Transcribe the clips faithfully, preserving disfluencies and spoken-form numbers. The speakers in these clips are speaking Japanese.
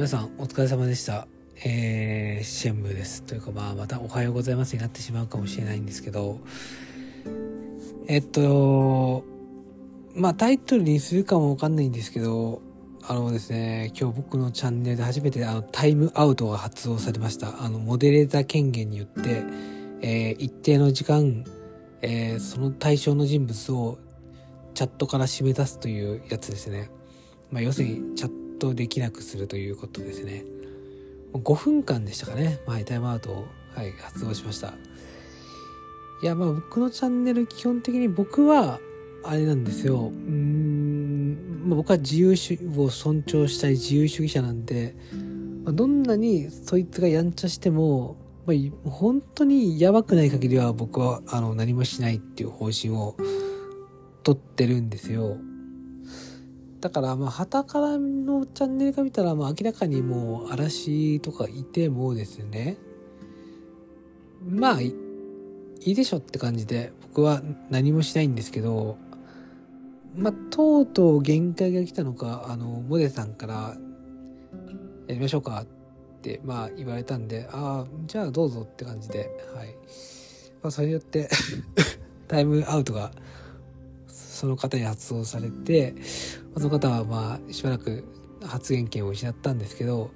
皆さんお疲れ様でした。えー、シェンムーですというか、まあまたおはようございますになってしまうかもしれないんですけど、えっとまあタイトルにするかもわかんないんですけど、あのですね、今日僕のチャンネルで初めてあのタイムアウトが発動されました。あのモデレーター権限によって、えー、一定の時間、えー、その対象の人物をチャットから締め出すというやつですね。まあ要するにチャットできなくするということですね。ごふんかんでしたかね。はい、タイムアウトを、はい、発動しました。いや、まあ僕のチャンネル基本的に僕はあれなんですよ。うーん、まあ、僕は自由主義を尊重したい自由主義者なんで、まあ、どんなにそいつがやんちゃしても、まあ、本当にやばくない限りは僕はあの何もしないっていう方針を取ってるんですよ。だからまあ旗からのチャンネルが見たら、まあ明らかにもう嵐とかいてもですね、まあいいでしょって感じで僕は何もしないんですけど、まあとうとう限界が来たのか、あのモデさんからやりましょうかってまあ言われたんで、ああじゃあどうぞって感じで、はい、まあそれによってタイムアウトがその方に発動されて、その方はまあしばらく発言権を失ったんですけど、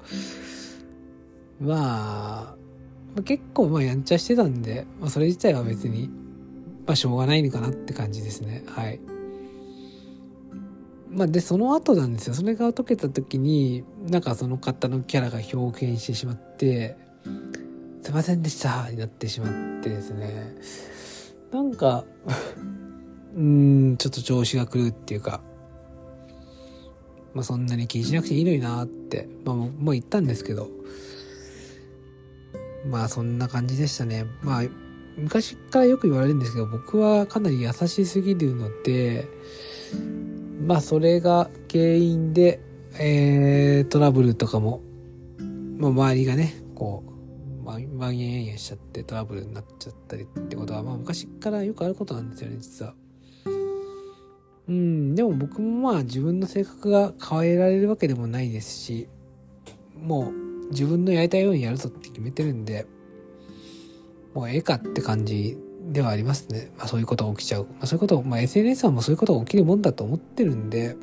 まあ結構まあやんちゃしてたんで、まあ、それ自体は別にまあしょうがないのかなって感じですね。はい。まあでその後なんですよ。それが解けた時になんかその方のキャラが表現してしまって、すいませんでしたになってしまってですね、なんかうーんちょっと調子が狂うっていうか、まあそんなに気にしなくていいのになって、まあもう言ったんですけど、まあそんな感じでしたね。まあ昔からよく言われるんですけど、僕はかなり優しすぎるので、まあそれが原因で、えー、トラブルとかも、まあ、周りがねこうまあまんやんやんしちゃってトラブルになっちゃったりってことは、まあ昔からよくあることなんですよね、実は。うん、でも僕もまあ自分の性格が変えられるわけでもないですし、もう自分のやりたいようにやるぞって決めてるんで、もうええかって感じではありますね。まあそういうことが起きちゃう。まあそういうこと、まあ エスエヌエス はもうそういうことが起きるもんだと思ってるんで、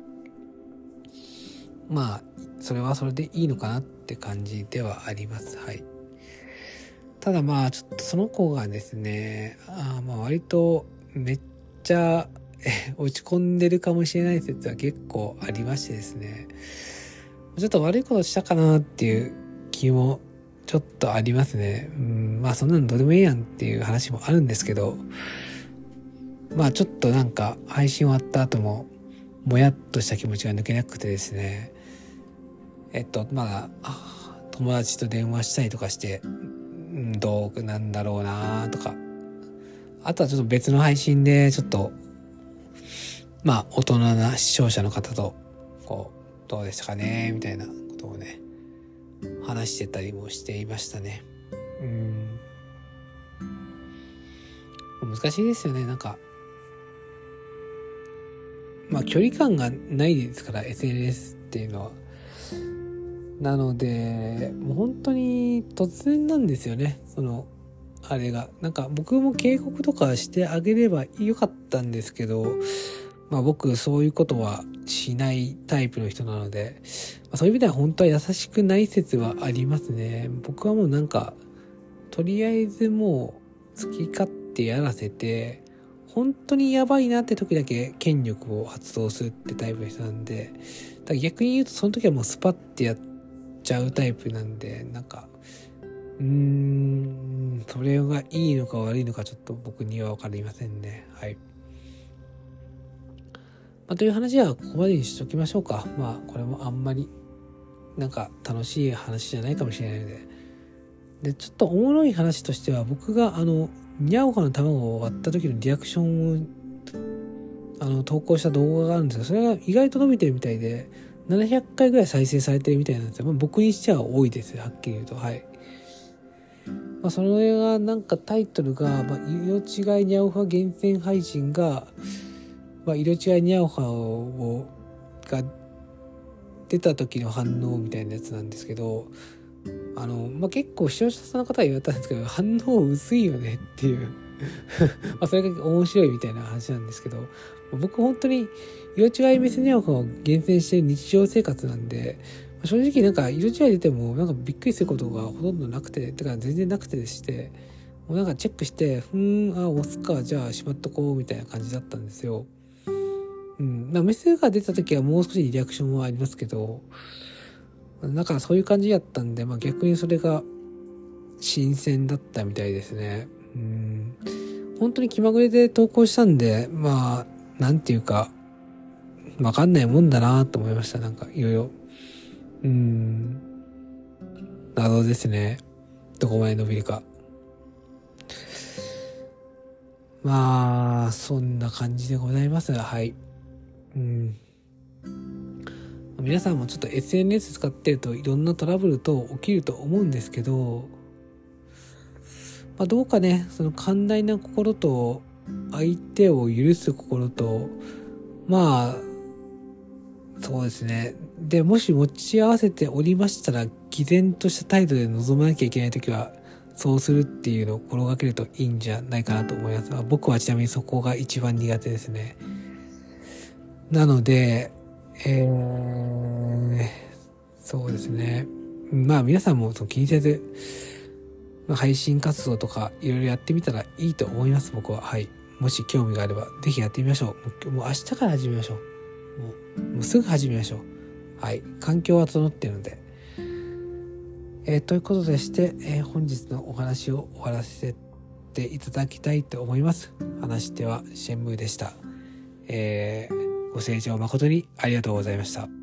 まあそれはそれでいいのかなって感じではあります。はい。ただまあちょっとその子がですね、あまあ割とめっちゃ落ち込んでるかもしれない説は結構ありましてですね、ちょっと悪いことしたかなっていう気もちょっとありますね。うん、まあそんなのどうでもいいやんっていう話もあるんですけど、まあちょっとなんか配信終わった後ももやっとした気持ちが抜けなくてですね、えっとまあ友達と電話したりとかして、うん、どうなんだろうなとか、あとはちょっと別の配信でちょっとまあ大人な視聴者の方とこうどうでしたかねみたいなことをね話してたりもしていましたね。うん、難しいですよね。なんかまあ距離感がないですから エスエヌエス っていうのは。なのでもう本当に突然なんですよね、そのあれが。なんか僕も警告とかしてあげればよかったんですけど、まあ僕そういうことはしないタイプの人なので、まあ、そういう意味では本当は優しくない説はありますね。僕はもうなんかとりあえずもう好き勝手やらせて、本当にやばいなって時だけ権力を発動するってタイプの人なんで、だから逆に言うとその時はもうスパッてやっちゃうタイプなんで、なんかうーんそれがいいのか悪いのかちょっと僕には分かりませんね。はい。まあ、という話はここまでにしときましょうか。まあこれもあんまりなんか楽しい話じゃないかもしれないので。でちょっとおもろい話としては、僕があのニャオハの卵を割った時のリアクションをあの投稿した動画があるんですが、それが意外と伸びてるみたいでななひゃっかいぐらい再生されてるみたいなんですよ。まあ、僕にしては多いですよ、はっきり言うと。はい。まあ、その映画なんかタイトルが、まあ、色違いニャオハ厳選配信が、まあ、色違いニャオハをが出た時の反応みたいなやつなんですけど、あの、まあ、結構視聴者さんの方が言われたんですけど、反応薄いよねっていうまあそれが面白いみたいな話なんですけど、僕本当に色違いメッセンジャーを厳選している日常生活なんで、正直なんか色違い出てもなんかびっくりすることがほとんどなくて、てか全然なくてでして、もうなんかチェックして、ふーん、あ、押すか、じゃあしまっとこうみたいな感じだったんですよ。うん。メッセージが出た時はもう少しリアクションはありますけど、なんかそういう感じやったんで、まあ逆にそれが新鮮だったみたいですね。うん。本当に気まぐれで投稿したんで、まあ、なんていうか、わかんないもんだなと思いました。なんかいろいろ。うーん。謎ですね。どこまで伸びるか。まあ、そんな感じでございますが、はい。うん。皆さんもちょっと エスエヌエス 使ってるといろんなトラブルと起きると思うんですけど、まあ、どうかね、その寛大な心と相手を許す心と、まあ、そうですね。で、もし持ち合わせておりましたら、毅然とした態度で臨まなきゃいけないときは、そうするっていうのを心がけるといいんじゃないかなと思います。まあ、僕はちなみにそこが一番苦手ですね。なので、えー、そうですね。まあ皆さんもその気にせず、まあ、配信活動とかいろいろやってみたらいいと思います、僕は。はい。もし興味があれば、ぜひやってみましょう。もう明日から始めましょう。もう、もうすぐ始めましょう。はい。環境は整っているので。えー、ということでして、えー、本日のお話を終わらせていただきたいと思います。話し手はシェンムーでした。えー、ご清聴誠にありがとうございました。